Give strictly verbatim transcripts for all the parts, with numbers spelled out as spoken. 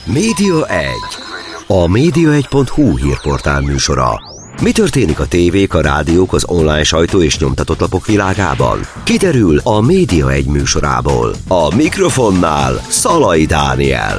Média egy. A média egy pont hu hírportál műsora. Mi történik a tévék, a rádiók, az online sajtó és nyomtatott lapok világában? Kiderül a Média egy műsorából. A mikrofonnál Szalai Dániel.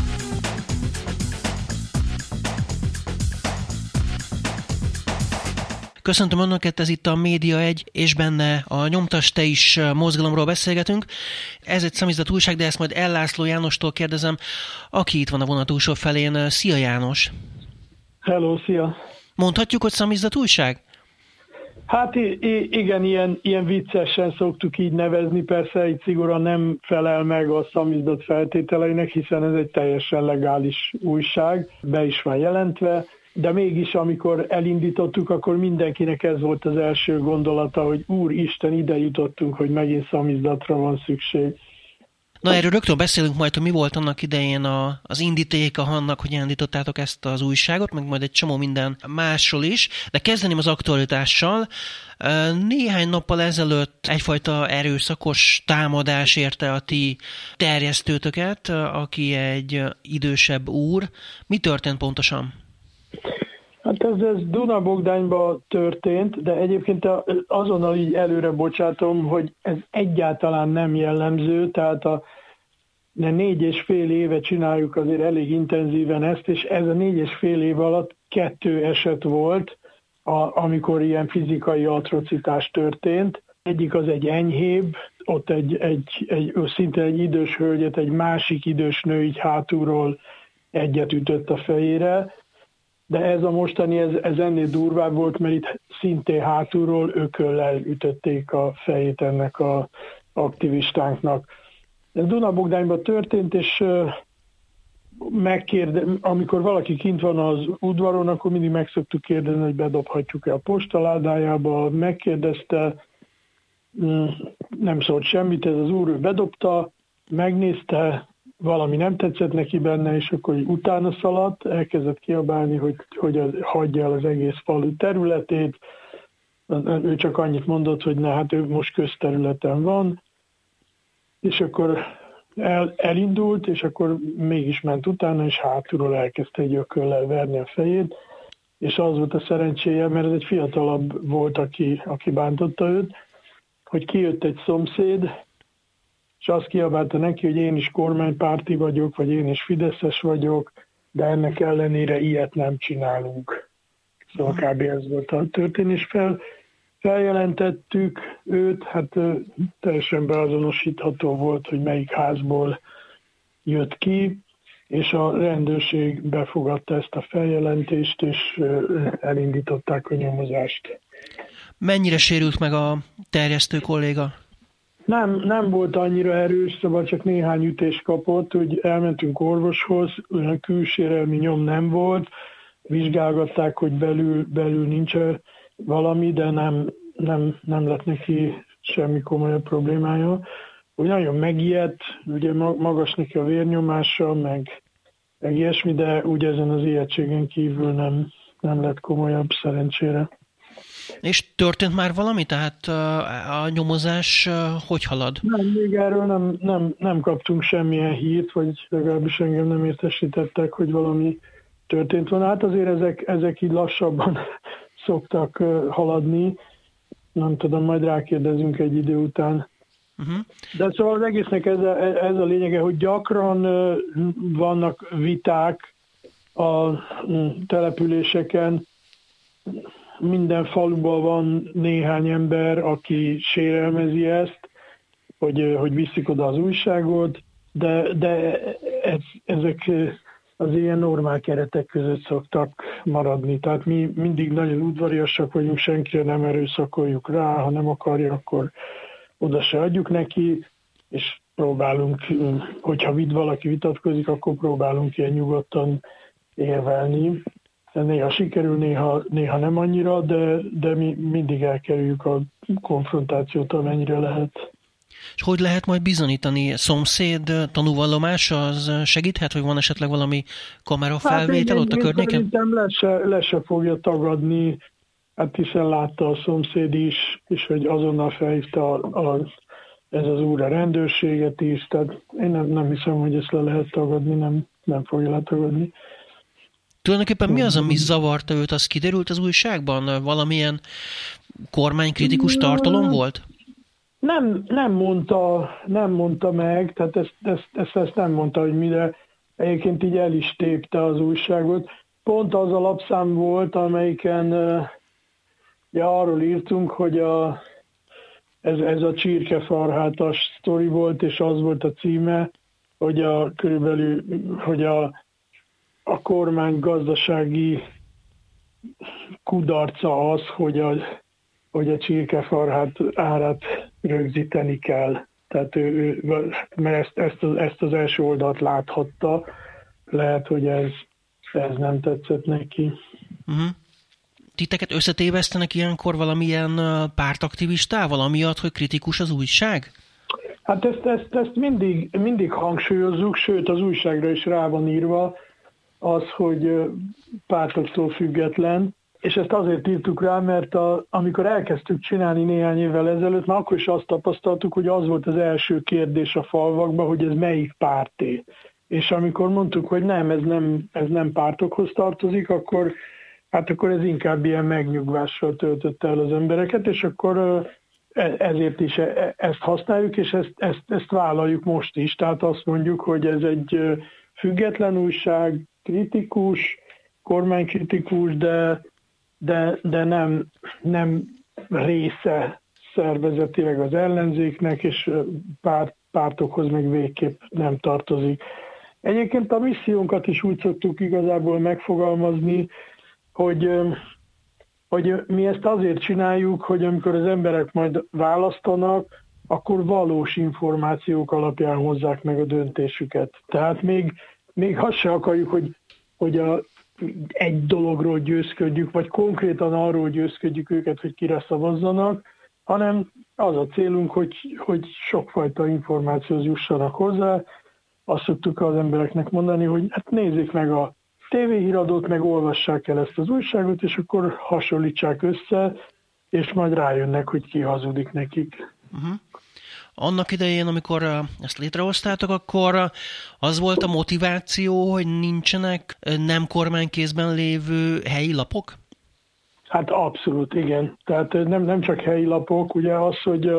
Köszöntöm Önöket, ez itt a Média egy, és benne a Nyomtass Te is mozgalomról beszélgetünk. Ez egy szamizdat újság, de ezt majd L. László Jánostól kérdezem, aki itt van a vonat túlsó felén. Szia János! Hello, szia! Mondhatjuk, hogy szamizdat újság? Hát igen, ilyen, ilyen viccesen szoktuk így nevezni, persze így szigorúan nem felel meg a szamizdat feltételeinek, hiszen ez egy teljesen legális újság, be is van jelentve, de mégis amikor elindítottuk, akkor mindenkinek ez volt az első gondolata, hogy Úristen, ide jutottunk, hogy megint szamizdatra van szükség. Na, erről rögtön beszélünk majd, hogy mi volt annak idején a, az indítéka annak, hogy elindítottátok ezt az újságot, meg majd egy csomó minden másról is, de kezdeném az aktualitással. Néhány nappal ezelőtt egyfajta erőszakos támadás érte a ti terjesztőtöket, aki egy idősebb úr. Mi történt pontosan? Hát ez, ez Duna-Bogdányban történt, de egyébként azonnal így előre bocsátom, hogy ez egyáltalán nem jellemző, tehát a négy és fél éve csináljuk azért elég intenzíven ezt, és ez a négy és fél év alatt kettő eset volt, a, amikor ilyen fizikai atrocitás történt. Egyik az egy enyhébb, ott egy, egy, egy, szinte egy idős hölgyet, egy másik idős nő így hátulról egyet ütött a fejére, de ez a mostani, ez, ez ennél durvább volt, mert itt szintén hátulról ököllel ütötték a fejét ennek az aktivistánknak. Ez Duna-Bogdányban történt, és megkérde, amikor valaki kint van az udvaron, akkor mindig meg szoktuk kérdezni, hogy bedobhatjuk-e a postaládájába. Megkérdezte, nem szólt semmit, ez az úr, ő bedobta, megnézte, valami nem tetszett neki benne, és akkor utána szaladt, elkezdett kiabálni, hogy, hogy az, hagyja el az egész falu területét. Ő csak annyit mondott, hogy na, hát ő most közterületen van, és akkor el, elindult, és akkor mégis ment utána, és hátulról elkezdte egy ököllel verni a fejét, és az volt a szerencséje, mert ez egy fiatalabb volt, aki, aki bántotta őt, hogy kijött egy szomszéd, és azt kiabálta neki, hogy én is kormánypárti vagyok, vagy én is fideszes vagyok, de ennek ellenére ilyet nem csinálunk. Szóval kb. Ez volt a történés. Fel, feljelentettük őt, hát teljesen beazonosítható volt, hogy melyik házból jött ki, és a rendőrség befogadta ezt a feljelentést, és elindították a nyomozást. Mennyire sérült meg a terjesztő kolléga? Nem, nem volt annyira erős, szóval csak néhány ütést kapott, hogy elmentünk orvoshoz, olyan külsérelmi nyom nem volt, vizsgálgatták, hogy belül, belül nincs valami, de nem, nem, nem lett neki semmi komolyabb problémája. Úgy nagyon megijedt, ugye magas neki a vérnyomása, meg, meg ilyesmi, de úgy ezen az ijegységen kívül nem, nem lett komolyabb, szerencsére. És történt már valami? Tehát a nyomozás hogy halad? Nem, még erről nem, nem, nem kaptunk semmilyen hírt, vagy legalábbis engem nem értesítettek, hogy valami történt volna. Hát azért ezek, ezek így lassabban szoktak haladni. Nem tudom, majd rákérdezünk egy idő után. Uh-huh. De szóval az egésznek ez a, ez a lényege, hogy gyakran vannak viták a településeken. Minden faluban van néhány ember, aki sérelmezi ezt, hogy, hogy viszik oda az újságot, de, de ez, ezek az ilyen normál keretek között szoktak maradni. Tehát mi mindig nagyon udvariasak vagyunk, senkire nem erőszakoljuk rá, ha nem akarja, akkor oda se adjuk neki, és próbálunk, hogyha vid valaki vitatkozik, akkor próbálunk ilyen nyugodtan érvelni. Néha sikerül, néha, néha nem annyira, de, de mi mindig elkerüljük a konfrontációt, amennyire lehet. És hogy lehet majd bizonyítani? Szomszéd tanúvallomás az segíthet, hogy van esetleg valami kamerafelvétel hát ott a környéken? Szerintem le se, le se fogja tagadni, hát hiszen látta a szomszéd is, és hogy azonnal felhívta a, a, ez az úr a rendőrséget is, tehát én nem, nem hiszem, hogy ezt le lehet tagadni, nem, nem fogja letagadni. Tulajdonképpen mi az, ami zavarta őt, az kiderült az újságban? Valamilyen kormánykritikus tartalom volt? Nem, nem mondta, nem mondta meg, tehát ezt, ezt, ezt, ezt nem mondta, hogy mire. Egyébként így el is tépte az újságot. Pont az a lapszám volt, amelyiken ja, arról írtunk, hogy a, ez, ez a csirkefarhátas sztori volt, és az volt a címe, hogy a, körülbelül, hogy a, a kormány gazdasági kudarca az, hogy a, hogy a csirkefarhát árát rögzíteni kell. Tehát ő, ő mert ezt, ezt, az, ezt az első oldalt láthatta, lehet, hogy ez, ez nem tetszett neki. Uh-huh. Titeket összetévesztenek ilyenkor valamilyen pártaktivistával, amiatt, hogy kritikus az újság? Hát ezt, ezt, ezt mindig, mindig hangsúlyozzuk, sőt az újságra is rá van írva az, hogy pártoktól független, és ezt azért írtuk rá, mert a, amikor elkezdtük csinálni néhány évvel ezelőtt, már akkor is azt tapasztaltuk, hogy az volt az első kérdés a falvakban, hogy ez melyik párté. És amikor mondtuk, hogy nem, ez nem, ez nem pártokhoz tartozik, akkor, hát akkor ez inkább ilyen megnyugvással töltötte el az embereket, és akkor ezért is ezt használjuk, és ezt, ezt, ezt vállaljuk most is. Tehát azt mondjuk, hogy ez egy független újság, kritikus, kormánykritikus, de, de, de nem, nem része szervezetileg az ellenzéknek, és párt, pártokhoz meg végképp nem tartozik. Egyébként a missziónkat is úgy szoktuk igazából megfogalmazni, hogy, hogy mi ezt azért csináljuk, hogy amikor az emberek majd választanak, akkor valós információk alapján hozzák meg a döntésüket. Tehát még, még azt se akarjuk, hogy, hogy a, egy dologról győzködjük, vagy konkrétan arról győzködjük őket, hogy kire szavazzanak, hanem az a célunk, hogy, hogy sokfajta információhoz jussanak hozzá. Azt szoktuk az embereknek mondani, hogy hát nézzék meg a tévéhíradót, meg olvassák el ezt az újságot, és akkor hasonlítsák össze, és majd rájönnek, hogy ki hazudik nekik. Uh-huh. Annak idején, amikor ezt létrehoztátok, akkor az volt a motiváció, hogy nincsenek nem kormánykézben lévő helyi lapok? Hát abszolút, igen. Tehát nem, nem csak helyi lapok, ugye az, hogy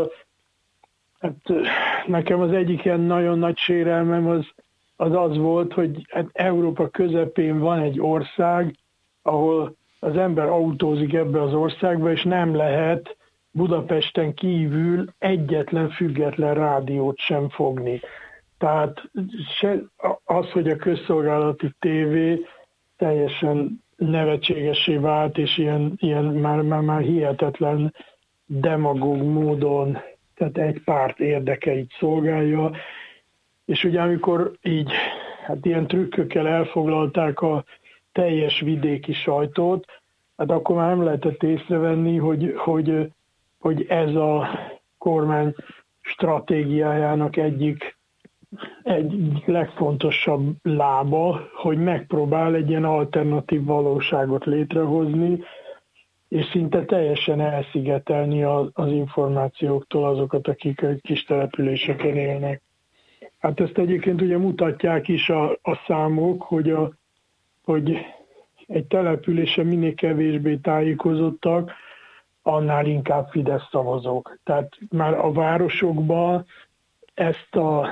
hát nekem az egyik ilyen nagyon nagy sérelmem az az, az volt, hogy hát Európa közepén van egy ország, ahol az ember autózik ebbe az országba, és nem lehet Budapesten kívül egyetlen független rádiót sem fogni. Tehát se, az, hogy a közszolgálati tévé teljesen nevetségessé vált, és ilyen, ilyen már, már, már hihetetlen demagóg módon, tehát egy párt érdekeit szolgálja, és ugye amikor így, hát ilyen trükkökkel elfoglalták a teljes vidéki sajtót, hát akkor már nem lehetett észrevenni, hogy, hogy, hogy ez a kormány stratégiájának egyik, egyik legfontosabb lába, hogy megpróbál egy ilyen alternatív valóságot létrehozni, és szinte teljesen elszigetelni az, az információktól azokat, akik kis településeken élnek. Hát ezt egyébként ugye mutatják is a, a számok, hogy, a, hogy egy településen minél kevésbé tájékozottak, annál inkább Fidesz szavazók. Tehát már a városokban ezt a,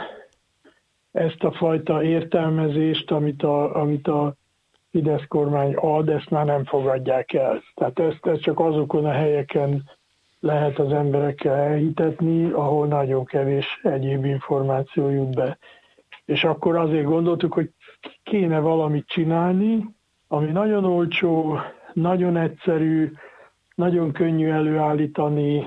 ezt a fajta értelmezést, amit a, amit a Fidesz kormány ad, ezt már nem fogadják el. Tehát ezt, ezt csak azokon a helyeken lehet az emberekkel elhitetni, ahol nagyon kevés egyéb információ jut be. És akkor azért gondoltuk, hogy kéne valamit csinálni, ami nagyon olcsó, nagyon egyszerű, nagyon könnyű előállítani,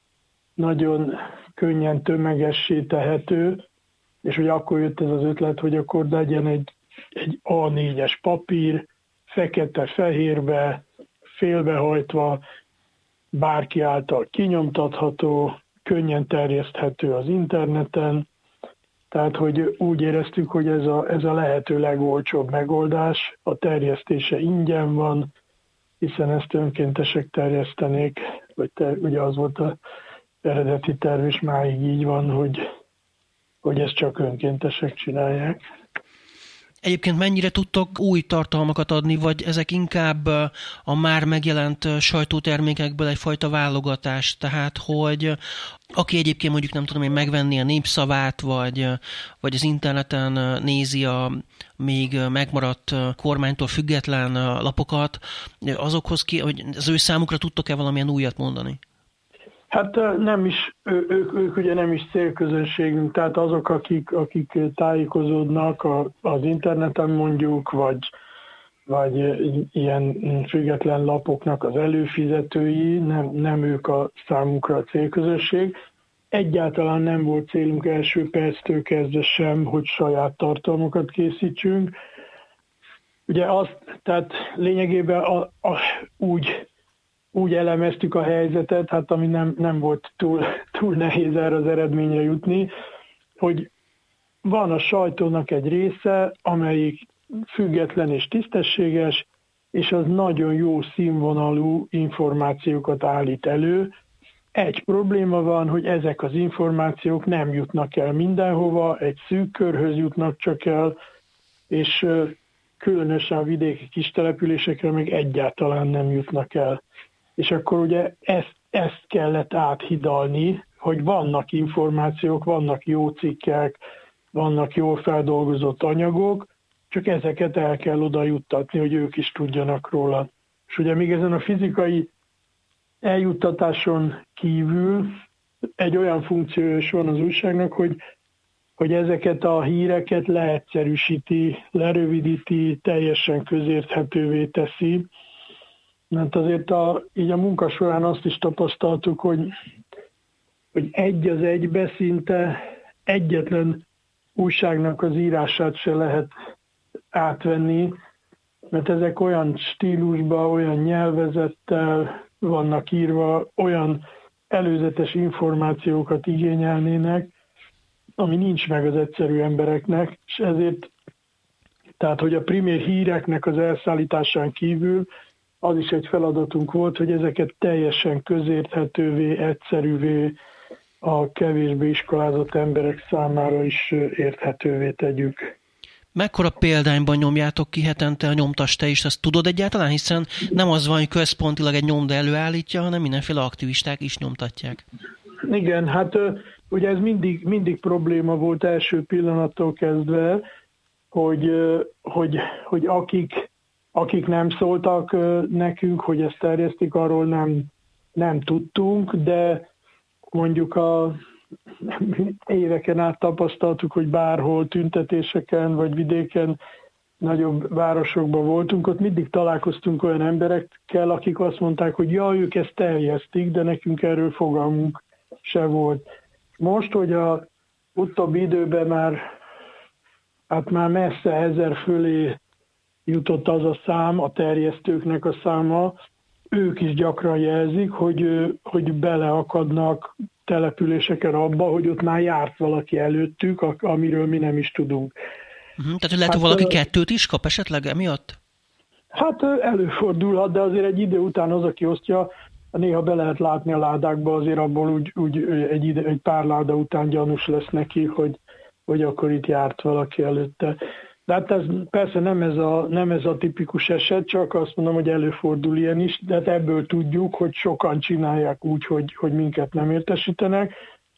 nagyon könnyen tömegessé tehető, és hogy akkor jött ez az ötlet, hogy akkor legyen egy, egy á négyes papír, fekete-fehérbe, félbehajtva, bárki által kinyomtatható, könnyen terjeszthető az interneten, tehát hogy úgy éreztük, hogy ez a, ez a lehető legolcsóbb megoldás, a terjesztése ingyen van, hiszen ezt önkéntesek terjesztenék, vagy te, ugye az volt az eredeti terv, és máig így van, hogy, hogy ezt csak önkéntesek csinálják. Egyébként mennyire tudtok új tartalmakat adni, vagy ezek inkább a már megjelent sajtótermékekből egyfajta válogatás? Tehát, hogy aki egyébként mondjuk nem tudom én megvenni a Népszavát, vagy, vagy az interneten nézi a még megmaradt kormánytól független lapokat, azokhoz ki, hogy az ő számukra tudtok-e valamilyen újat mondani? Hát nem is, ők, ők ugye nem is célközönségünk, tehát azok, akik, akik tájékozódnak az interneten mondjuk, vagy, vagy ilyen független lapoknak az előfizetői, nem, nem ők a számukra a célközönség. Egyáltalán nem volt célunk első perctől kezdve sem, hogy saját tartalmakat készítsünk. Ugye azt, tehát lényegében a, a, úgy úgy elemeztük a helyzetet, hát ami nem, nem volt túl, túl nehéz erre az eredményre jutni, hogy van a sajtónak egy része, amelyik független és tisztességes, és az nagyon jó színvonalú információkat állít elő. Egy probléma van, hogy ezek az információk nem jutnak el mindenhova, egy szűk körhöz jutnak csak el, és különösen a vidéki kis településekre meg egyáltalán nem jutnak el. És akkor ugye ezt, ezt kellett áthidalni, hogy vannak információk, vannak jó cikkek, vannak jól feldolgozott anyagok, csak ezeket el kell oda juttatni, hogy ők is tudjanak róla. És ugye még ezen a fizikai eljuttatáson kívül egy olyan funkció is van az újságnak, hogy, hogy ezeket a híreket leegyszerűsíti, lerövidíti, teljesen közérthetővé teszi. Mert azért a, így a munka során azt is tapasztaltuk, hogy, hogy egy az egybe szinte egyetlen újságnak az írását se lehet átvenni, mert ezek olyan stílusban, olyan nyelvezettel vannak írva, olyan előzetes információkat igényelnének, ami nincs meg az egyszerű embereknek, és ezért, tehát hogy a primér híreknek az elszállításán kívül az is egy feladatunk volt, hogy ezeket teljesen közérthetővé, egyszerűvé, a kevésbé iskolázott emberek számára is érthetővé tegyük. Mekkora példányban nyomjátok ki hetente a Nyomtass te is, ezt tudod egyáltalán, hiszen nem az van, hogy központilag egy nyomda előállítja, hanem mindenféle aktivisták is nyomtatják. Igen, hát ugye ez mindig, mindig probléma volt első pillanattól kezdve, hogy, hogy, hogy akik, akik nem szóltak nekünk, hogy ezt terjesztik, arról nem, nem tudtunk, de mondjuk a éveken át tapasztaltuk, hogy bárhol tüntetéseken vagy vidéken, nagyobb városokban voltunk, ott mindig találkoztunk olyan emberekkel, akik azt mondták, hogy ja, ők ezt terjesztik, de nekünk erről fogalmunk se volt. Most, hogy a utóbbi időben már, hát már messze ezer fölé jutott az a szám, a terjesztőknek a száma, ők is gyakran jelzik, hogy, hogy beleakadnak településeken abba, hogy ott már járt valaki előttük, amiről mi nem is tudunk. Uh-huh, tehát, hogy lehet, hogy hát, valaki kettőt is kap esetleg emiatt? Hát előfordulhat, de azért egy idő után az, aki osztja, néha be lehet látni a ládákba, azért abból úgy, úgy egy, ide, egy pár láda után gyanús lesz neki, hogy, hogy akkor itt járt valaki előtte. De hát ez persze nem ez, a, nem ez a tipikus eset, csak azt mondom, hogy előfordul ilyen is, de hát ebből tudjuk, hogy sokan csinálják úgy, hogy, hogy minket nem értesítenek.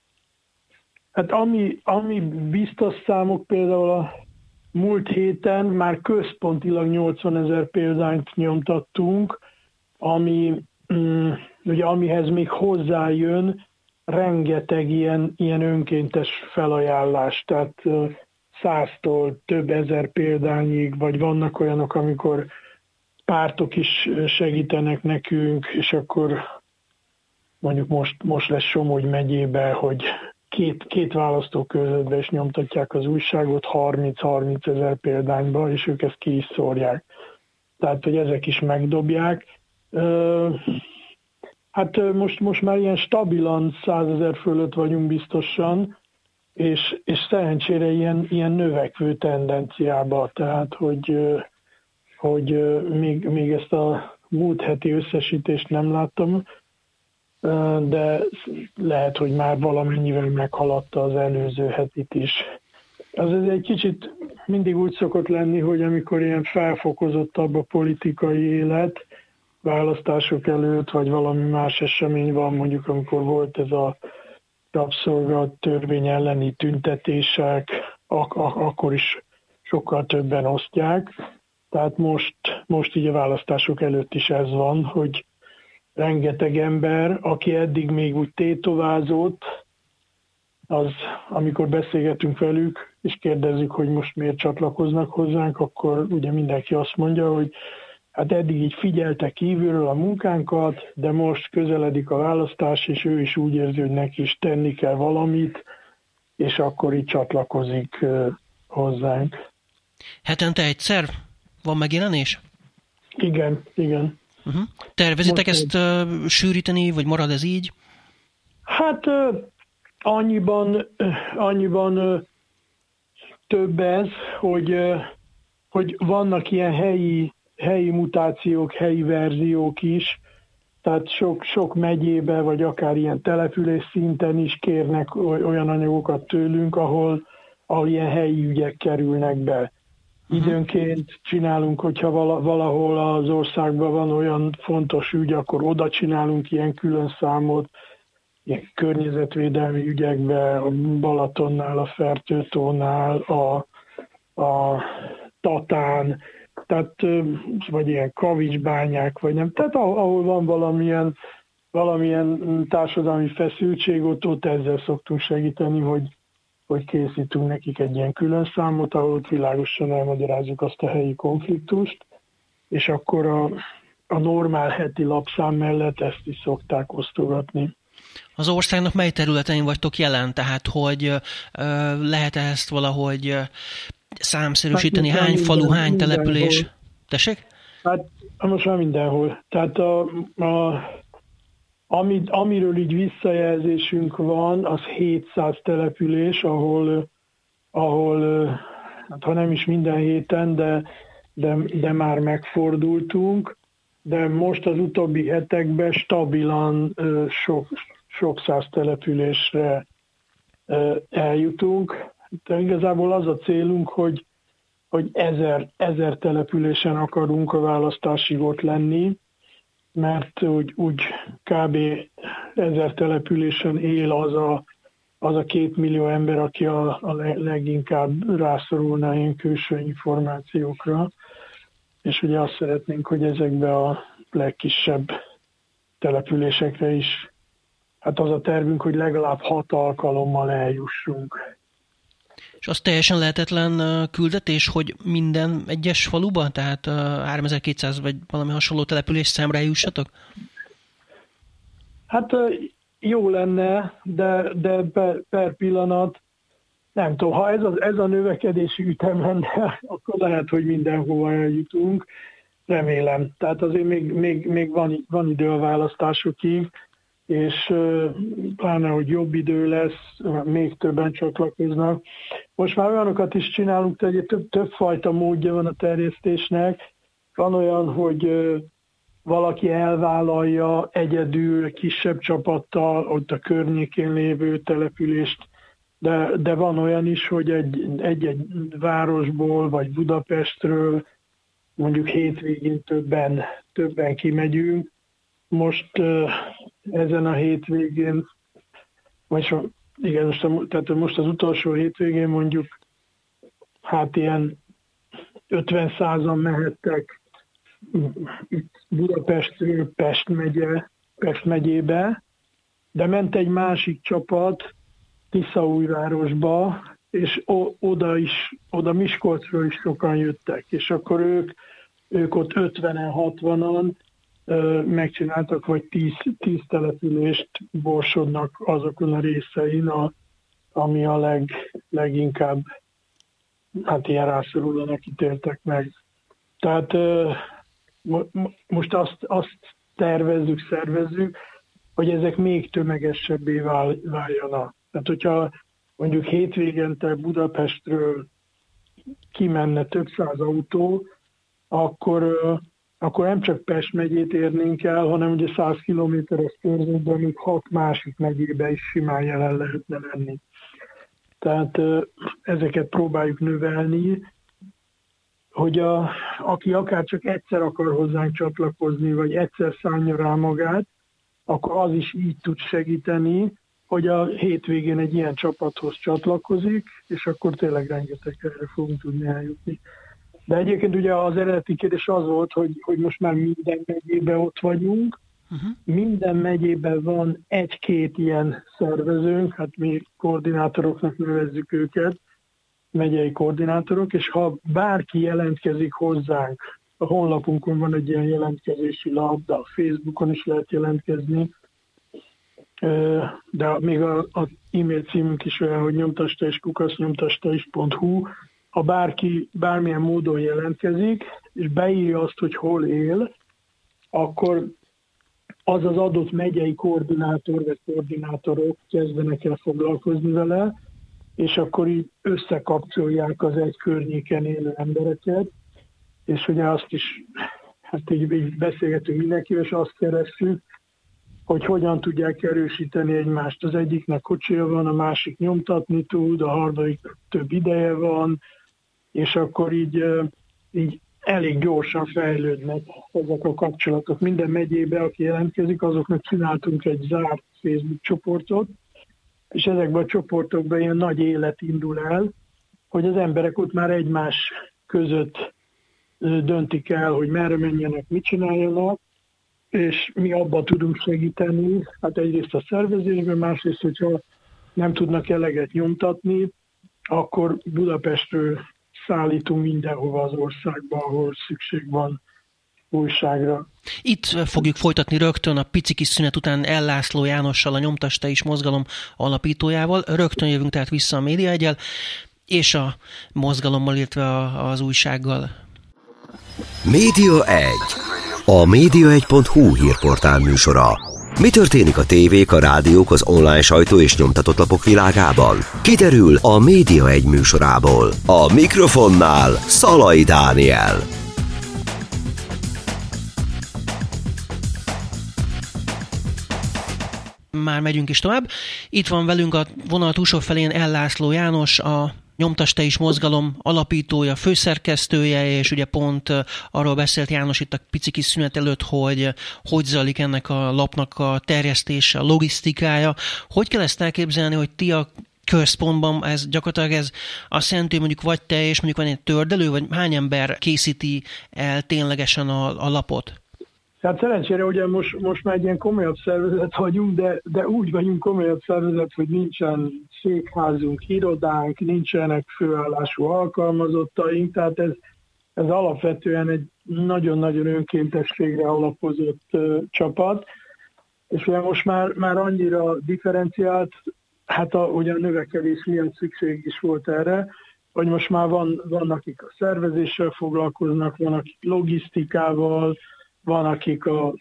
Hát ami, ami biztos számok, például a múlt héten már központilag nyolcvanezer példányt nyomtattunk, ami, mm, ugye, amihez még hozzájön rengeteg ilyen, ilyen önkéntes felajánlás, tehát száztól több ezer példányig, vagy vannak olyanok, amikor pártok is segítenek nekünk, és akkor mondjuk most, most lesz Somogy megyébe, hogy két, két választókörzetben is nyomtatják az újságot harminc-harminc ezer példányba, és ők ezt ki is szórják. Tehát, hogy ezek is megdobják. Hát most, most már ilyen stabilan százezer fölött vagyunk biztosan, és, és szerencsére ilyen, ilyen növekvő tendenciába, tehát hogy, hogy még, még ezt a múlt heti összesítést nem láttam, de lehet, hogy már valamennyivel meghaladta az előző hetit is. Az ez egy kicsit mindig úgy szokott lenni, hogy amikor ilyen felfokozottabb a politikai élet, választások előtt, vagy valami más esemény van, mondjuk amikor volt ez a rabszolga törvény elleni tüntetések, ak- ak- akkor is sokkal többen osztják. Tehát most, most így a választások előtt is ez van, hogy rengeteg ember, aki eddig még úgy tétovázott, az, amikor beszélgetünk velük, és kérdezzük, hogy most miért csatlakoznak hozzánk, akkor ugye mindenki azt mondja, hogy hát eddig így figyelte kívülről a munkánkat, de most közeledik a választás, és ő is úgy érzi, hogy neki is tenni kell valamit, és akkor így csatlakozik hozzánk. Hetente egyszer van megjelenés? Igen, igen. Uh-huh. Tervezitek most ezt egy... uh, sűríteni, vagy marad ez így? Hát uh, annyiban, uh, annyiban uh, több ez, hogy, uh, hogy vannak ilyen helyi, helyi mutációk, helyi verziók is, tehát sok, sok megyébe, vagy akár ilyen település szinten is kérnek olyan anyagokat tőlünk, ahol, ahol ilyen helyi ügyek kerülnek be. Időnként csinálunk, hogyha valahol az országban van olyan fontos ügy, akkor oda csinálunk ilyen külön számot, ilyen környezetvédelmi ügyekbe, a Balatonnál, a Fertőtónál, a, a Tatán, tehát, vagy ilyen kavicsbányák, vagy nem. Tehát ahol van valamilyen, valamilyen társadalmi feszültség, ott, ott ezzel szoktunk segíteni, hogy hogy készítünk nekik egy ilyen külön számot, ahol világosan elmagyarázzuk azt a helyi konfliktust, és akkor a, a normál heti lapszám mellett ezt is szokták osztogatni. Az országnak mely területein vagytok jelen? Tehát, hogy uh, lehet ezt valahogy uh, számszerűsíteni? Hát, hány falu, minden, hány település? Mindenhol. Tessék? Hát most már mindenhol. Tehát a, a Amit, amiről így visszajelzésünk van, az hétszáz település, ahol, ahol hát ha nem is minden héten, de, de, de már megfordultunk, de most az utóbbi hetekben stabilan sok, sok száz településre eljutunk. De igazából az a célunk, hogy, hogy ezer, ezer településen akarunk a választásig ott lenni, mert úgy, úgy kb. Ezer településen él az a, az a két millió ember, aki a, a leginkább rászorulna ilyen külső információkra, és ugye azt szeretnénk, hogy ezekbe a legkisebb településekre is, hát az a tervünk, hogy legalább hat alkalommal eljussunk. És az teljesen lehetetlen küldetés, hogy minden egyes faluban, tehát háromezer-kétszáz vagy valami hasonló település számra eljussatok? Hát jó lenne, de, de per, per pillanat, nem tudom, ha ez, az, ez a növekedési ütem lenne, akkor lehet, hogy mindenhova eljutunk, remélem. Tehát azért még, még, még van, van idő a választásokig, és pláne, hogy jobb idő lesz, még többen csatlakoznak. Most már olyanokat is csinálunk, tehát több, több fajta módja van a terjesztésnek. Van olyan, hogy valaki elvállalja egyedül, kisebb csapattal, ott a környékén lévő települést, de, de van olyan is, hogy egy, egy-egy városból, vagy Budapestről mondjuk hétvégén többen, többen kimegyünk. Most uh, ezen a hétvégén, vagy igen, most, a, tehát most az utolsó hétvégén mondjuk, hát ilyen ötven-százan mehettek itt Budapestről Pest megye, Pest megyébe, de ment egy másik csapat Tiszaújvárosba, és o, oda is, oda Miskolcról is sokan jöttek, és akkor ők, ők ott ötvenen, hatvanan megcsináltak, vagy tíz, tíz települést Borsodnak azokon a részein, a, ami a leg, leginkább hát ilyen rászorulónak ítéltek meg. Tehát most azt, azt tervezzük, szervezzük, hogy ezek még tömegesebbé váljanak. Tehát hogyha mondjuk hétvégente Budapestről kimenne több száz autó, akkor akkor nem csak Pest megyét érnénk el, hanem ugye száz kilométeres körzetben még hat másik megyébe is simán jelen lehetne lenni. Tehát ezeket próbáljuk növelni, hogy a, aki akár csak egyszer akar hozzánk csatlakozni, vagy egyszer szánja rá magát, akkor az is így tud segíteni, hogy a hétvégén egy ilyen csapathoz csatlakozik, és akkor tényleg rengeteg helyre fogunk tudni eljutni. De egyébként ugye az eredeti kérdés az volt, hogy, hogy most már minden megyében ott vagyunk. Uh-huh. Minden megyében van egy-két ilyen szervezőnk, hát mi koordinátoroknak nevezzük őket, megyei koordinátorok, és ha bárki jelentkezik hozzánk, a honlapunkon van egy ilyen jelentkezési lap, de a Facebookon is lehet jelentkezni, de még az e-mail címünk is olyan, hogy nyomtasta és kukasznyomtasta is pont hu. Ha bárki bármilyen módon jelentkezik, és beírja azt, hogy hol él, akkor az az adott megyei koordinátor vagy koordinátorok kezdenek el foglalkozni vele, és akkor így összekapcsolják az egy környéken élő embereket, és ugye azt is, hát így, így beszélgetünk mindenkivel, és azt keressük, hogy hogyan tudják erősíteni egymást. Az egyiknek kocsia van, a másik nyomtatni tud, a harmadik több ideje van, és akkor így, így elég gyorsan fejlődnek ezek a kapcsolatok. Minden megyébe, aki jelentkezik, azoknak csináltunk egy zárt Facebook csoportot, és ezekben a csoportokban ilyen nagy élet indul el, hogy az emberek ott már egymás között döntik el, hogy merre menjenek, mit csináljanak, és mi abban tudunk segíteni, hát egyrészt a szervezésben, másrészt, hogyha nem tudnak eleget nyomtatni, akkor Budapestről szállítunk mindenhova az országba, ahol szükség van újságra. Itt fogjuk folytatni rögtön a pici kis szünet után Ellászló Jánossal, a Nyomtasta is mozgalom alapítójával. Rögtön jövünk tehát vissza a Média Eggyel, és a mozgalommal, illetve az újsággal. Média egy. A média egy pont hu hírportál műsora. Mi történik a tévék, a rádiók, az online sajtó és nyomtatott lapok világában? Kiderül a Média egy műsorából. A mikrofonnál Szalai Dániel. Már megyünk is tovább. Itt van velünk a vonal túlsó felén Ellászló János, a Nyomtasta is mozgalom alapítója, főszerkesztője, és ugye pont arról beszélt János itt a pici kis szünet előtt, hogy hogy zajlik ennek a lapnak a terjesztése, a logisztikája. Hogy kell ezt elképzelni, hogy ti a központban, ez gyakorlatilag ez azt jelenti, hogy mondjuk vagy te és mondjuk van egy tördelő, vagy hány ember készíti el ténylegesen a, a lapot? Hát szerencsére ugye most, most már egy ilyen komolyabb szervezet vagyunk, de, de úgy vagyunk komolyabb szervezet, hogy nincsen székházunk, irodánk, nincsenek főállású alkalmazottaink, tehát ez, ez alapvetően egy nagyon-nagyon önkéntességre alapozott uh, csapat, és ugye most már, már annyira differenciált, hát a, ugye a növekedés miatt szükség is volt erre, hogy most már van, van akik a szervezéssel foglalkoznak, van akik logisztikával, van, akik a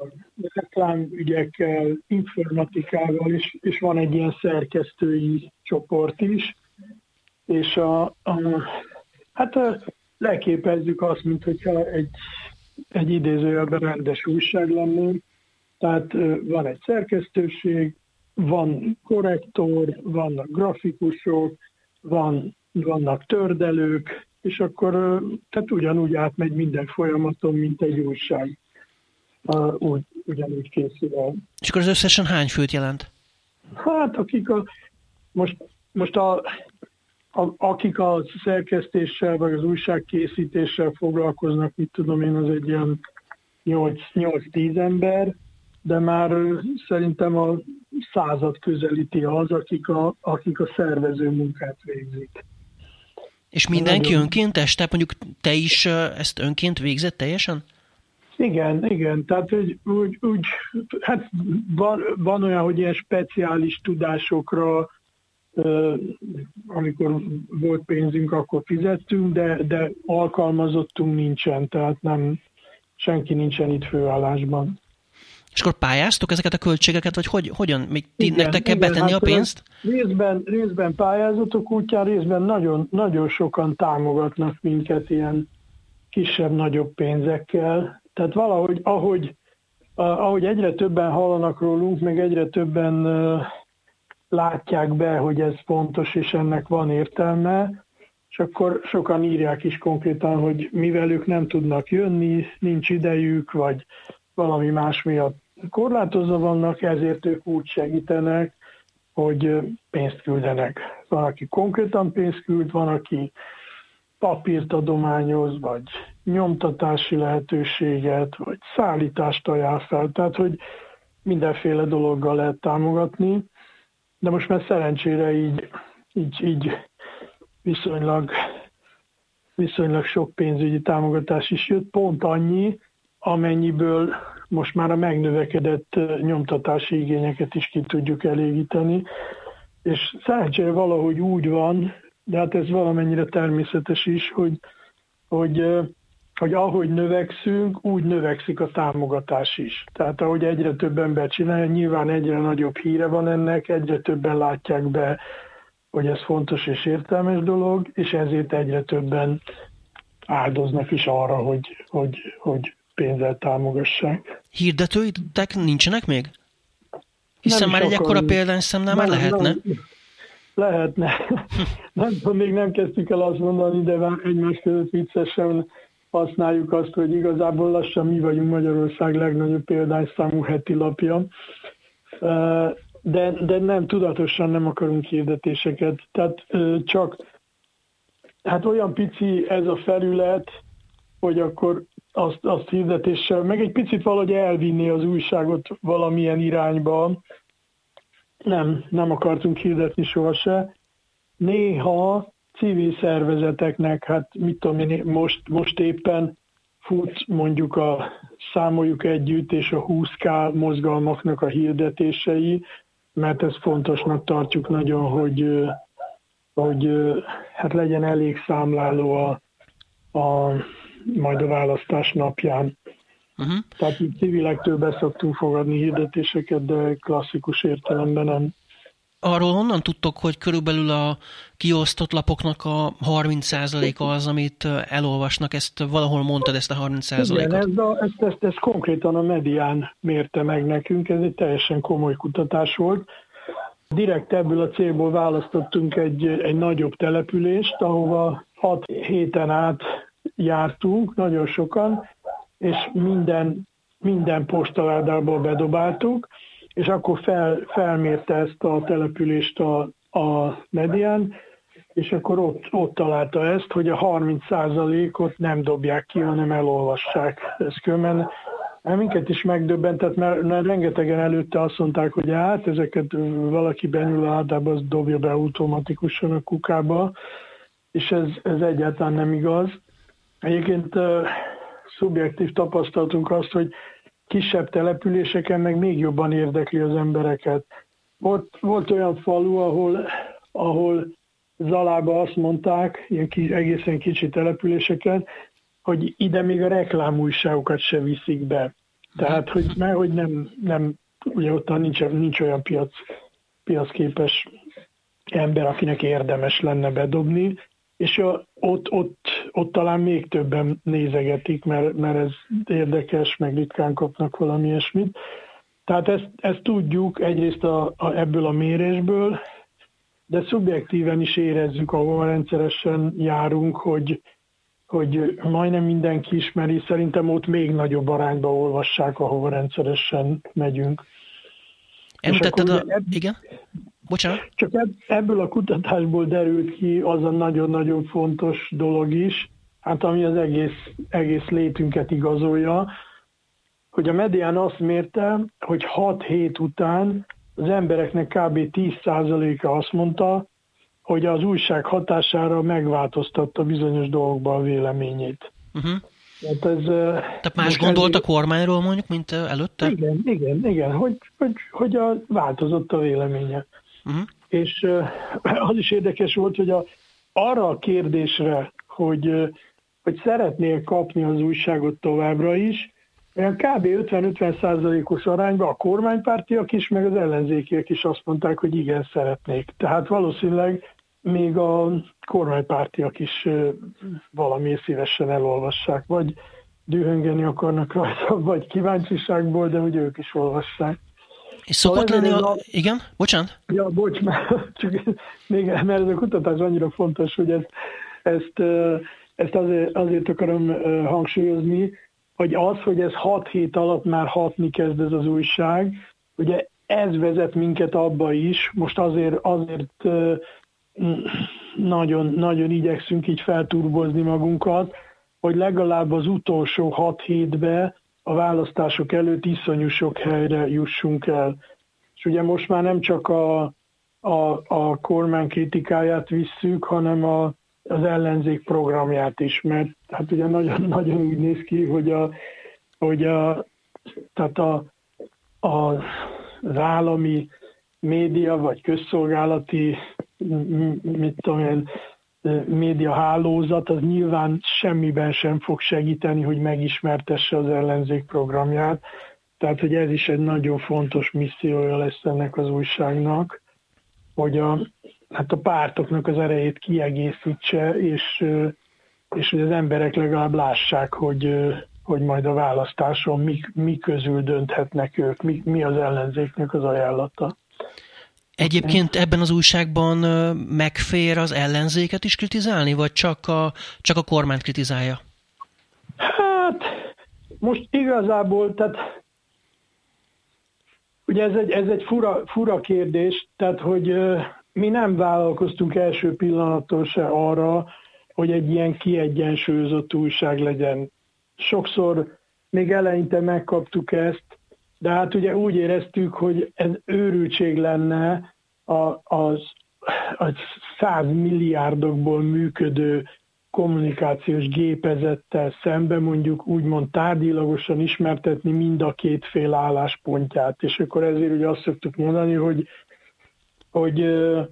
reklámügyekkel, informatikával, és, és van egy ilyen szerkesztői csoport is, és a, a, hát a, leképezzük azt, mint hogyha egy, egy idézőjelben rendes újság lennénk, tehát van egy szerkesztőség, van korrektor, vannak grafikusok, van, vannak tördelők, és akkor tehát ugyanúgy átmegy minden folyamaton, mint egy újság. Úgy, ugyanúgy készül el. És akkor az összesen hány főt jelent? Hát akik a, most, most a, a, akik a szerkesztéssel, vagy az újságkészítéssel foglalkoznak, mit tudom én, az egy ilyen nyolc-tíz ember, de már szerintem a század közelíti az, akik a, akik a szervező munkát végzik. És mindenki nagyon önkéntes? Tehát mondjuk te is ezt önként végzed teljesen? Igen, igen. Tehát úgy, úgy, úgy hát van, van olyan, hogy ilyen speciális tudásokra, amikor volt pénzünk, akkor fizettünk, de, de alkalmazottunk nincsen, tehát nem, senki nincsen itt főállásban. És akkor pályáztok ezeket a költségeket, vagy hogy, hogyan? Még ti nektek kell betenni hát a pénzt? Részben, részben pályázatok útján, részben nagyon, nagyon sokan támogatnak minket ilyen kisebb-nagyobb pénzekkel. Tehát valahogy, ahogy, ahogy egyre többen hallanak rólunk, meg egyre többen látják be, hogy ez fontos, és ennek van értelme, és akkor sokan írják is konkrétan, hogy mivel ők nem tudnak jönni, nincs idejük, vagy valami más miatt korlátozva vannak, ezért ők úgy segítenek, hogy pénzt küldenek. Van, aki konkrétan pénzt küld, van, aki papírt adományoz, vagy nyomtatási lehetőséget, vagy szállítást ajánl fel. Tehát, hogy mindenféle dologgal lehet támogatni, de most már szerencsére így, így, így viszonylag, viszonylag sok pénzügyi támogatás is jött, pont annyi, amennyiből most már a megnövekedett nyomtatási igényeket is ki tudjuk elégíteni. És szerencsére valahogy úgy van, de hát ez valamennyire természetes is, hogy, hogy, hogy ahogy növekszünk, úgy növekszik a támogatás is. Tehát ahogy egyre több ember csinálja, nyilván egyre nagyobb híre van ennek, egyre többen látják be, hogy ez fontos és értelmes dolog, és ezért egyre többen áldoznak is arra, hogy, hogy, hogy pénzzel támogassák. Hirdetőitek nincsenek még? Hiszen Nem már egy ekkora példányszámnál már lehetne. Nem, lehetne. Nem tudom, még nem kezdtük el azt mondani, de már egymás között viccesen használjuk azt, hogy igazából lassan mi vagyunk Magyarország legnagyobb példányszámú heti lapja. De, de nem, tudatosan nem akarunk hirdetéseket. Tehát csak hát olyan pici ez a felület, hogy akkor azt, azt hirdetéssel, meg egy picit valahogy elvinni az újságot valamilyen irányba. Nem, nem akartunk hirdetni sohasem. Néha civil szervezeteknek, hát mit tudom én, most, most éppen fut mondjuk a Számoljuk Együtt és a húsz ká mozgalmaknak a hirdetései, mert ezt fontosnak tartjuk nagyon, hogy, hogy hát legyen elég számláló a, a majd a választás napján. Uh-huh. Tehát így civilektől be szoktunk fogadni hirdetéseket, de klasszikus értelemben nem. Arról honnan tudtok, hogy körülbelül a kiosztott lapoknak a harminc százaléka az, amit elolvasnak? Ezt valahol mondtad, ezt a harminc százalékot? Igen, ez a, ezt, ezt, ezt konkrétan a Medián mérte meg nekünk, ez egy teljesen komoly kutatás volt. Direkt ebből a célból választottunk egy, egy nagyobb települést, ahova hat héten át jártunk, nagyon sokan, és minden, minden postaládába bedobáltuk, és akkor fel, felmérte ezt a települést a, a Medián, és akkor ott, ott találta ezt, hogy a harminc százalékot nem dobják ki, hanem elolvassák. Ez különben minket is megdöbbentett, mert, mert rengetegen előtte azt mondták, hogy hát ezeket valaki benyúl a ládába, az dobja be automatikusan a kukába, és ez, ez egyáltalán nem igaz. Egyébként uh, szubjektív tapasztalatunk azt, hogy kisebb településeken meg még jobban érdekli az embereket. Volt, volt olyan falu, ahol, ahol Zalába azt mondták, ilyen kis, egészen kicsi településeken, hogy ide még a reklámújságokat se viszik be. Tehát, hogy, mert hogy nem, nem ugye ott nincs, nincs olyan piac, piacképes ember, akinek érdemes lenne bedobni, és ott, ott, ott talán még többen nézegetik, mert, mert ez érdekes, meg ritkán kapnak valami ilyesmit. Tehát ezt, ezt tudjuk egyrészt a, a, ebből a mérésből, de szubjektíven is érezzük, ahol rendszeresen járunk, hogy, hogy majdnem mindenki ismeri, szerintem ott még nagyobb arányba olvassák, ahova rendszeresen megyünk. Említetted a... Ebb... Igen? Bocsánat. Csak ebből a kutatásból derült ki az a nagyon-nagyon fontos dolog is, hát ami az egész, egész létünket igazolja, hogy a Medián azt mérte, hogy hat hét után az embereknek kb. tíz százaléka azt mondta, hogy az újság hatására megváltoztatta bizonyos dolgokban a véleményét. Uh-huh. Tehát, ez, Tehát más gondolt a kormányról mondjuk, mint előtte? Igen, igen, igen, hogy, hogy, hogy a, változott a véleménye. Uh-huh. És az is érdekes volt, hogy a, arra a kérdésre, hogy, hogy szeretnél kapni az újságot továbbra is, olyan kb. ötven-ötven százalékos arányban a kormánypártiak is, meg az ellenzékiek is azt mondták, hogy igen, szeretnék. Tehát valószínűleg még a kormánypártiak is valami szívesen elolvassák, vagy dühöngeni akarnak rajta, vagy kíváncsiságból, de hogy ők is olvassák. És szokott lenni a... a... Igen? Bocsánat? Ja, bocs, mert, csak még, mert ez a kutatás annyira fontos, hogy ezt, ezt, ezt azért, azért akarom hangsúlyozni, hogy az, hogy ez hat hét alatt már hatni kezd ez az újság, ugye ez vezet minket abba is, most azért, azért nagyon, nagyon igyekszünk így felturbozni magunkat, hogy legalább az utolsó hat hétbe a választások előtt iszonyú sok helyre jussunk el. És ugye most már nem csak a, a, a kormány kritikáját visszük, hanem a, az ellenzék programját is, mert hát ugye nagyon, nagyon úgy néz ki, hogy, a, hogy a, tehát a, a, az állami média vagy közszolgálati mit tudom én, média hálózat, az nyilván semmiben sem fog segíteni, hogy megismertesse az ellenzék programját. Tehát, hogy ez is egy nagyon fontos missziója lesz ennek az újságnak, hogy a, hát a pártoknak az erejét kiegészítse, és, és hogy az emberek legalább lássák, hogy, hogy majd a választáson mi, mi közül dönthetnek ők, mi, mi az ellenzéknek az ajánlata. Egyébként ebben az újságban megfér az ellenzéket is kritizálni, vagy csak a, csak a kormányt kritizálja? Hát, most igazából, tehát ugye ez egy, ez egy fura, fura kérdés, tehát hogy mi nem vállalkoztunk első pillanattól se arra, hogy egy ilyen kiegyensúlyozott újság legyen. Sokszor még eleinte megkaptuk ezt, de hát ugye úgy éreztük, hogy ez őrültség lenne a, az, a száz milliárdokból működő kommunikációs gépezettel szembe mondjuk úgymond tárgyilagosan ismertetni mind a két fél álláspontját. És akkor ezért ugye azt szoktuk mondani, hogy, hogy uh,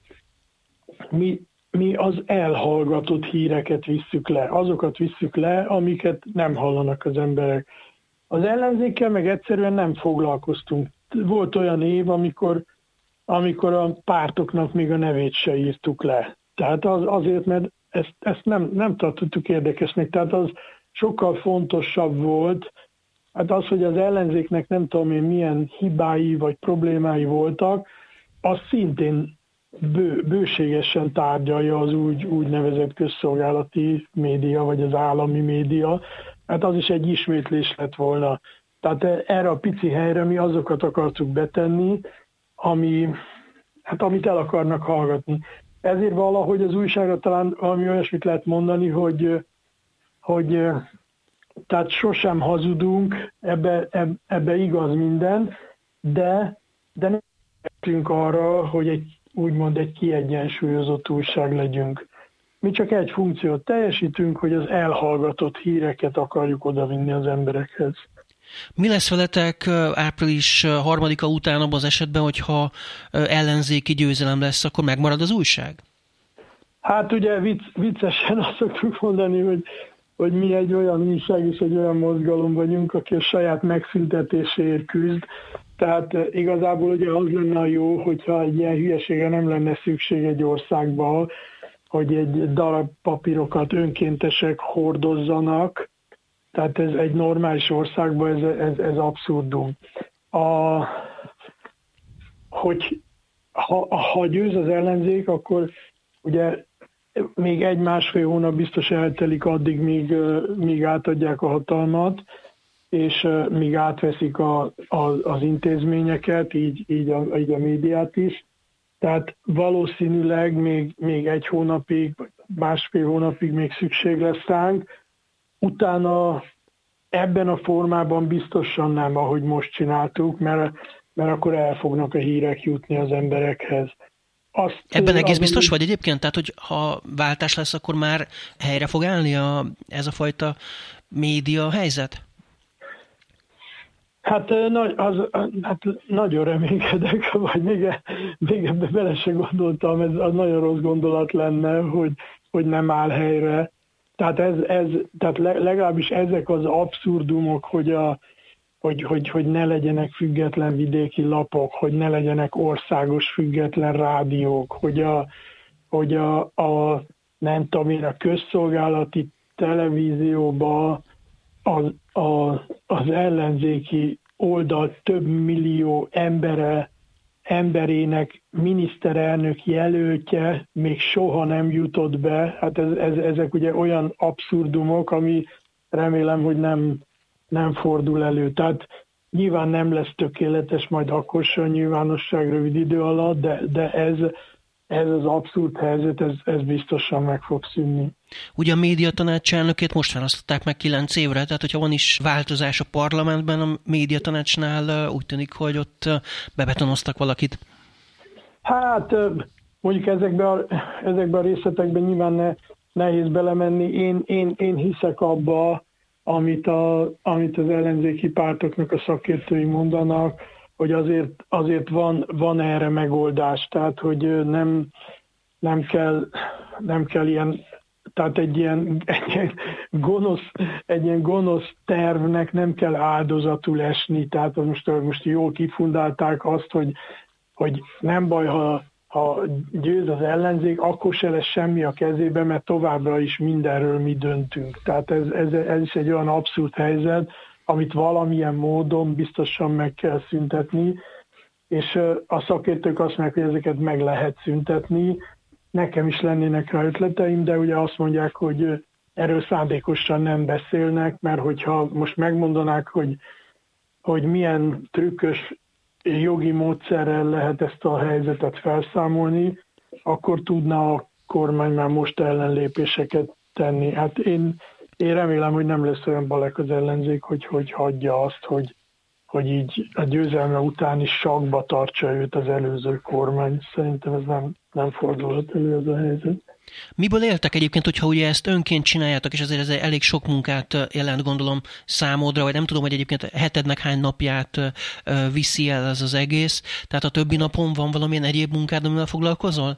mi, mi az elhallgatott híreket visszük le. Azokat visszük le, amiket nem hallanak az emberek. Az ellenzékkel meg egyszerűen nem foglalkoztunk. Volt olyan év, amikor, amikor a pártoknak még a nevét se írtuk le. Tehát az, azért, mert ezt, ezt nem, nem tartottuk érdekesnek. Tehát az sokkal fontosabb volt, hát az, hogy az ellenzéknek nem tudom én milyen hibái vagy problémái voltak, az szintén bő, bőségesen tárgyalja az úgy, úgynevezett közszolgálati média, vagy az állami média. Hát az is egy ismétlés lett volna. Tehát erre a pici helyre mi azokat akartuk betenni, ami, hát amit el akarnak hallgatni. Ezért valahogy az újságra talán valami olyasmit lehet mondani, hogy, hogy tehát sosem hazudunk, ebbe, ebbe igaz minden, de, de nem tettünk arra, hogy egy, úgymond egy kiegyensúlyozott újság legyünk. Mi csak egy funkciót teljesítünk, hogy az elhallgatott híreket akarjuk odavinni az emberekhez. Mi lesz veletek április harmadika után abban az esetben, hogyha ellenzéki győzelem lesz, akkor megmarad az újság? Hát ugye vicc, viccesen azt szoktuk mondani, hogy, hogy mi egy olyan újság és egy olyan mozgalom vagyunk, aki a saját megszüntetéséért küzd. Tehát igazából ugye az lenne a jó, hogyha egy ilyen hülyeségre nem lenne szükség egy országban, hogy egy darab papírokat önkéntesek hordozzanak, tehát ez egy normális országban ez, ez, ez abszurdum. A, hogy ha, ha győz az ellenzék, akkor ugye még egy-másfél hónap biztos eltelik addig, míg, míg átadják a hatalmat, és míg átveszik a, a, az intézményeket, így, így, a, így a médiát is. Tehát valószínűleg még, még egy hónapig, vagy másfél hónapig még szükség lesz ránk. Utána ebben a formában biztosan nem, ahogy most csináltuk, mert, mert akkor el fognak a hírek jutni az emberekhez. Azt, ebben egész biztos vagy egyébként? Tehát, hogy ha váltás lesz, akkor már helyre fog állni a, ez a fajta média helyzet? Hát, az, hát nagyon reménykedek, vagy még, még ebbe bele se gondoltam, ez az nagyon rossz gondolat lenne, hogy, hogy nem áll helyre. Tehát, ez, ez, tehát legalábbis ezek az abszurdumok, hogy, a, hogy, hogy, hogy ne legyenek független vidéki lapok, hogy ne legyenek országos független rádiók, hogy a, hogy a, a nem tudom én, a közszolgálati televízióban az, a, az ellenzéki oldal több millió embere, emberének miniszterelnök jelöltje még soha nem jutott be. Hát ez, ez, ezek ugye olyan abszurdumok, ami remélem, hogy nem, nem fordul elő. Tehát nyilván nem lesz tökéletes, majd akkor sem nyilvánosság rövid idő alatt, de, de ez, ez az abszurd helyzet, ez, ez biztosan meg fog szűnni. Ugye a médiatanács elnökét most választották meg kilenc évre, tehát hogyha van is változás a parlamentben, a médiatanácsnál úgy tűnik, hogy ott bebetonoztak valakit. Hát mondjuk ezekbe a, ezekbe a részletekben nyilván ne, nehéz belemenni. Én, én, én hiszek abba, amit, a, amit az ellenzéki pártoknak a szakértői mondanak, hogy azért, azért van, van erre megoldás, tehát hogy nem, nem, kell, nem kell ilyen, tehát egy ilyen, egy, ilyen gonosz, egy ilyen gonosz tervnek nem kell áldozatul esni, tehát most, most jól kifundálták azt, hogy, hogy nem baj, ha, ha győz az ellenzék, akkor se lesz semmi a kezében, mert továbbra is mindenről mi döntünk. Tehát ez, ez, ez is egy olyan abszurd helyzet, amit valamilyen módon biztosan meg kell szüntetni, és a szakértők azt mondják, hogy ezeket meg lehet szüntetni. Nekem is lennének rá ötleteim, de ugye azt mondják, hogy erről szándékosan nem beszélnek, mert hogyha most megmondanák, hogy, hogy milyen trükkös jogi módszerrel lehet ezt a helyzetet felszámolni, akkor tudna a kormány már most ellenlépéseket tenni. Hát én Én remélem, hogy nem lesz olyan balek az ellenzék, hogy, hogy hagyja azt, hogy, hogy így a győzelme után is sakba tartsa őt az előző kormány. Szerintem ez nem, nem fordulhat elő ez a helyzet. Miből éltek egyébként, hogyha ugye ezt önként csináljátok, és azért ez elég sok munkát jelent, gondolom, számodra, vagy nem tudom, hogy egyébként hetednek hány napját viszi el ez az egész, tehát a többi napon van valamilyen egyéb munkád, amivel foglalkozol?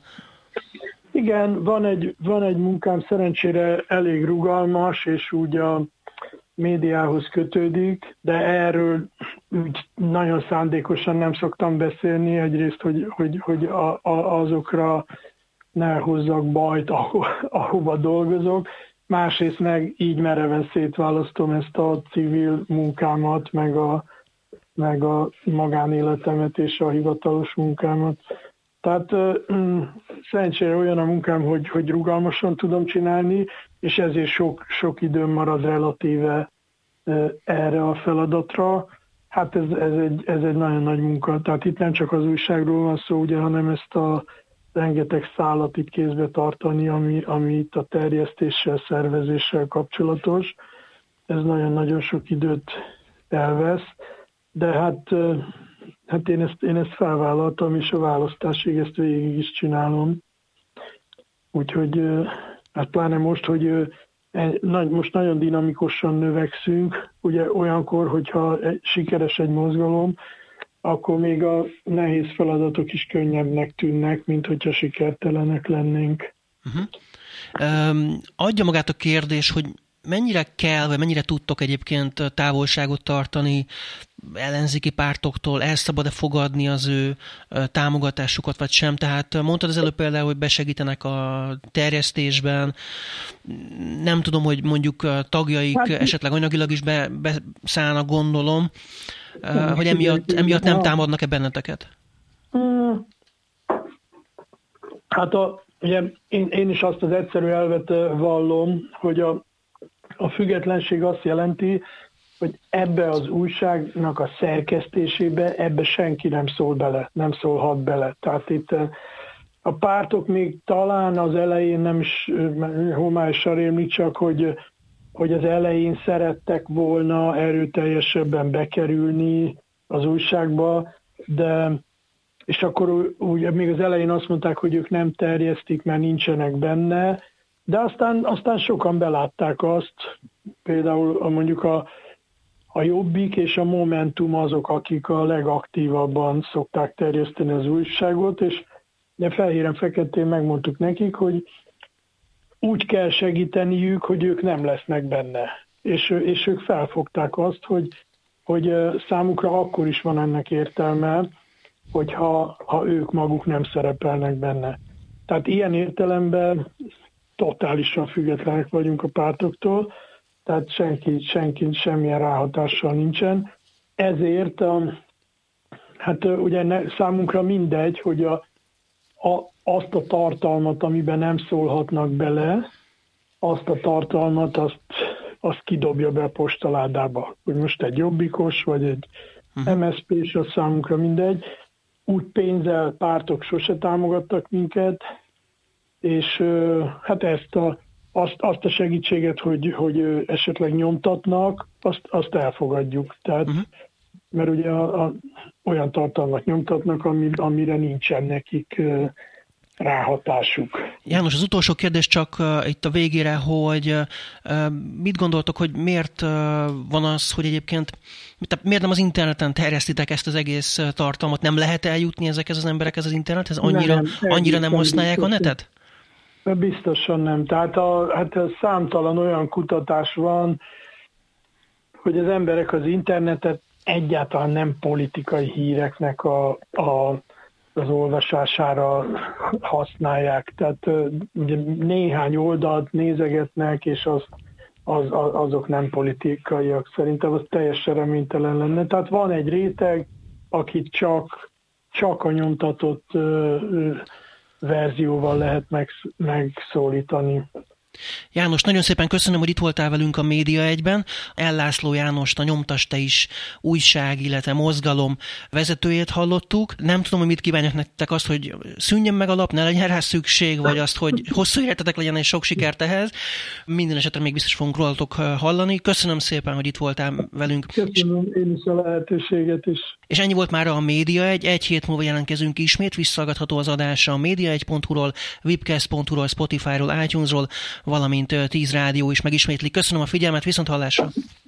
Igen, van egy, van egy munkám, szerencsére elég rugalmas, és úgy a médiához kötődik, de erről úgy nagyon szándékosan nem szoktam beszélni, egyrészt, hogy, hogy, hogy a, a, azokra ne hozzak bajt, aho, ahova dolgozok, másrészt meg így mereven szétválasztom ezt a civil munkámat, meg a, meg a magánéletemet és a hivatalos munkámat. Tehát uh, szerencsére olyan a munkám, hogy, hogy rugalmasan tudom csinálni, és ezért sok, sok időm marad relatíve uh, erre a feladatra. Hát ez, ez, egy, ez egy nagyon nagy munka. Tehát itt nem csak az újságról van szó, ugye, hanem ezt a rengeteg szálat itt kézbe tartani, ami, ami itt a terjesztéssel, szervezéssel kapcsolatos. Ez nagyon-nagyon sok időt elvesz, de hát... Uh, Hát én ezt, én ezt felvállaltam, és a választásig ezt végig is csinálom. Úgyhogy hát pláne most, hogy most nagyon dinamikusan növekszünk, ugye olyankor, hogyha sikeres egy mozgalom, akkor még a nehéz feladatok is könnyebbnek tűnnek, mint hogyha sikertelenek lennénk. Uh-huh. Um, adja magát a kérdés, hogy mennyire kell, vagy mennyire tudtok egyébként távolságot tartani ellenzéki pártoktól, el szabad-e fogadni az ő támogatásukat, vagy sem? Tehát mondtad az előbb például, hogy besegítenek a terjesztésben, nem tudom, hogy mondjuk tagjaik hát, esetleg anyagilag is be, beszállnak, gondolom, hogy emiatt, emiatt nem támadnak-e benneteket? Hát a, ugye én, én is azt az egyszerű elvet vallom, hogy a A függetlenség azt jelenti, hogy ebbe az újságnak a szerkesztésébe ebbe senki nem szól bele, nem szólhat bele. Tehát itt a pártok még talán az elején nem is homályosan rémlik, csak hogy, hogy az elején szerettek volna erőteljesebben bekerülni az újságba, de és akkor úgy, még az elején azt mondták, hogy ők nem terjesztik, mert nincsenek benne, de aztán, aztán sokan belátták azt, például mondjuk a, a Jobbik és a Momentum azok, akik a legaktívabban szokták terjeszteni az újságot, és de fehéren-feketén megmondtuk nekik, hogy úgy kell segíteniük, hogy ők nem lesznek benne. És, és ők felfogták azt, hogy, hogy számukra akkor is van ennek értelme, hogyha ha ők maguk nem szerepelnek benne. Tehát ilyen értelemben totálisan függetlenek vagyunk a pártoktól, tehát senki, senki semmilyen ráhatással nincsen. ezért a, hát ugye ne, számunkra mindegy, hogy a, a, azt a tartalmat, amiben nem szólhatnak bele, azt a tartalmat, azt, azt kidobja be a postaládába. Hogy most egy jobbikos, vagy egy em es zé pés, az számunkra mindegy. Úgy pénzzel pártok sose támogattak minket, és hát ezt a, azt, azt a segítséget, hogy, hogy esetleg nyomtatnak, azt, azt elfogadjuk. Tehát, uh-huh. Mert ugye a, a, olyan tartalmat nyomtatnak, ami, amire nincsen nekik ráhatásuk. János, az utolsó kérdés csak uh, itt a végére, hogy uh, mit gondoltok, hogy miért uh, van az, hogy egyébként miért nem az interneten terjesztitek ezt az egész tartalmat? Nem lehet eljutni ezekhez az emberekhez az internethez? Annyira nem, annyira nem használják a netet? Biztosan nem. Tehát a, hát a számtalan olyan kutatás van, hogy az emberek az internetet egyáltalán nem politikai híreknek a, a az olvasására használják. Tehát ugye néhány oldalt nézegetnek, és az, az, azok nem politikaiak. Szerintem az teljesen reménytelen lenne. Tehát van egy réteg, akit csak, csak a nyomtatott verzióval lehet megszólítani. János, nagyon szépen köszönöm, hogy itt voltál velünk a Média Egyben. Ellászló Jánost, a Nyomtasd Te is újság, illetve mozgalom vezetőjét hallottuk. Nem tudom, hogy mit kívánok nektek, azt, hogy szűnjön meg a lap, ne legyen rá szükség, vagy azt, hogy hosszú életetek legyen és sok sikert ehhez. Minden esetre még biztos fogunk rólatok hallani. Köszönöm szépen, hogy itt voltál velünk. Köszönöm én is a lehetőséget is. És ennyi volt már a Média Egy. Egy hét múlva jelentkezünk ismét, visszahallgatható az adásra a média egy pont hu-ról, webcast pont hu-ról, Spotify-ról, iTunes-ról, valamint tíz rádió is megismétli. Köszönöm a figyelmet, viszont hallásra!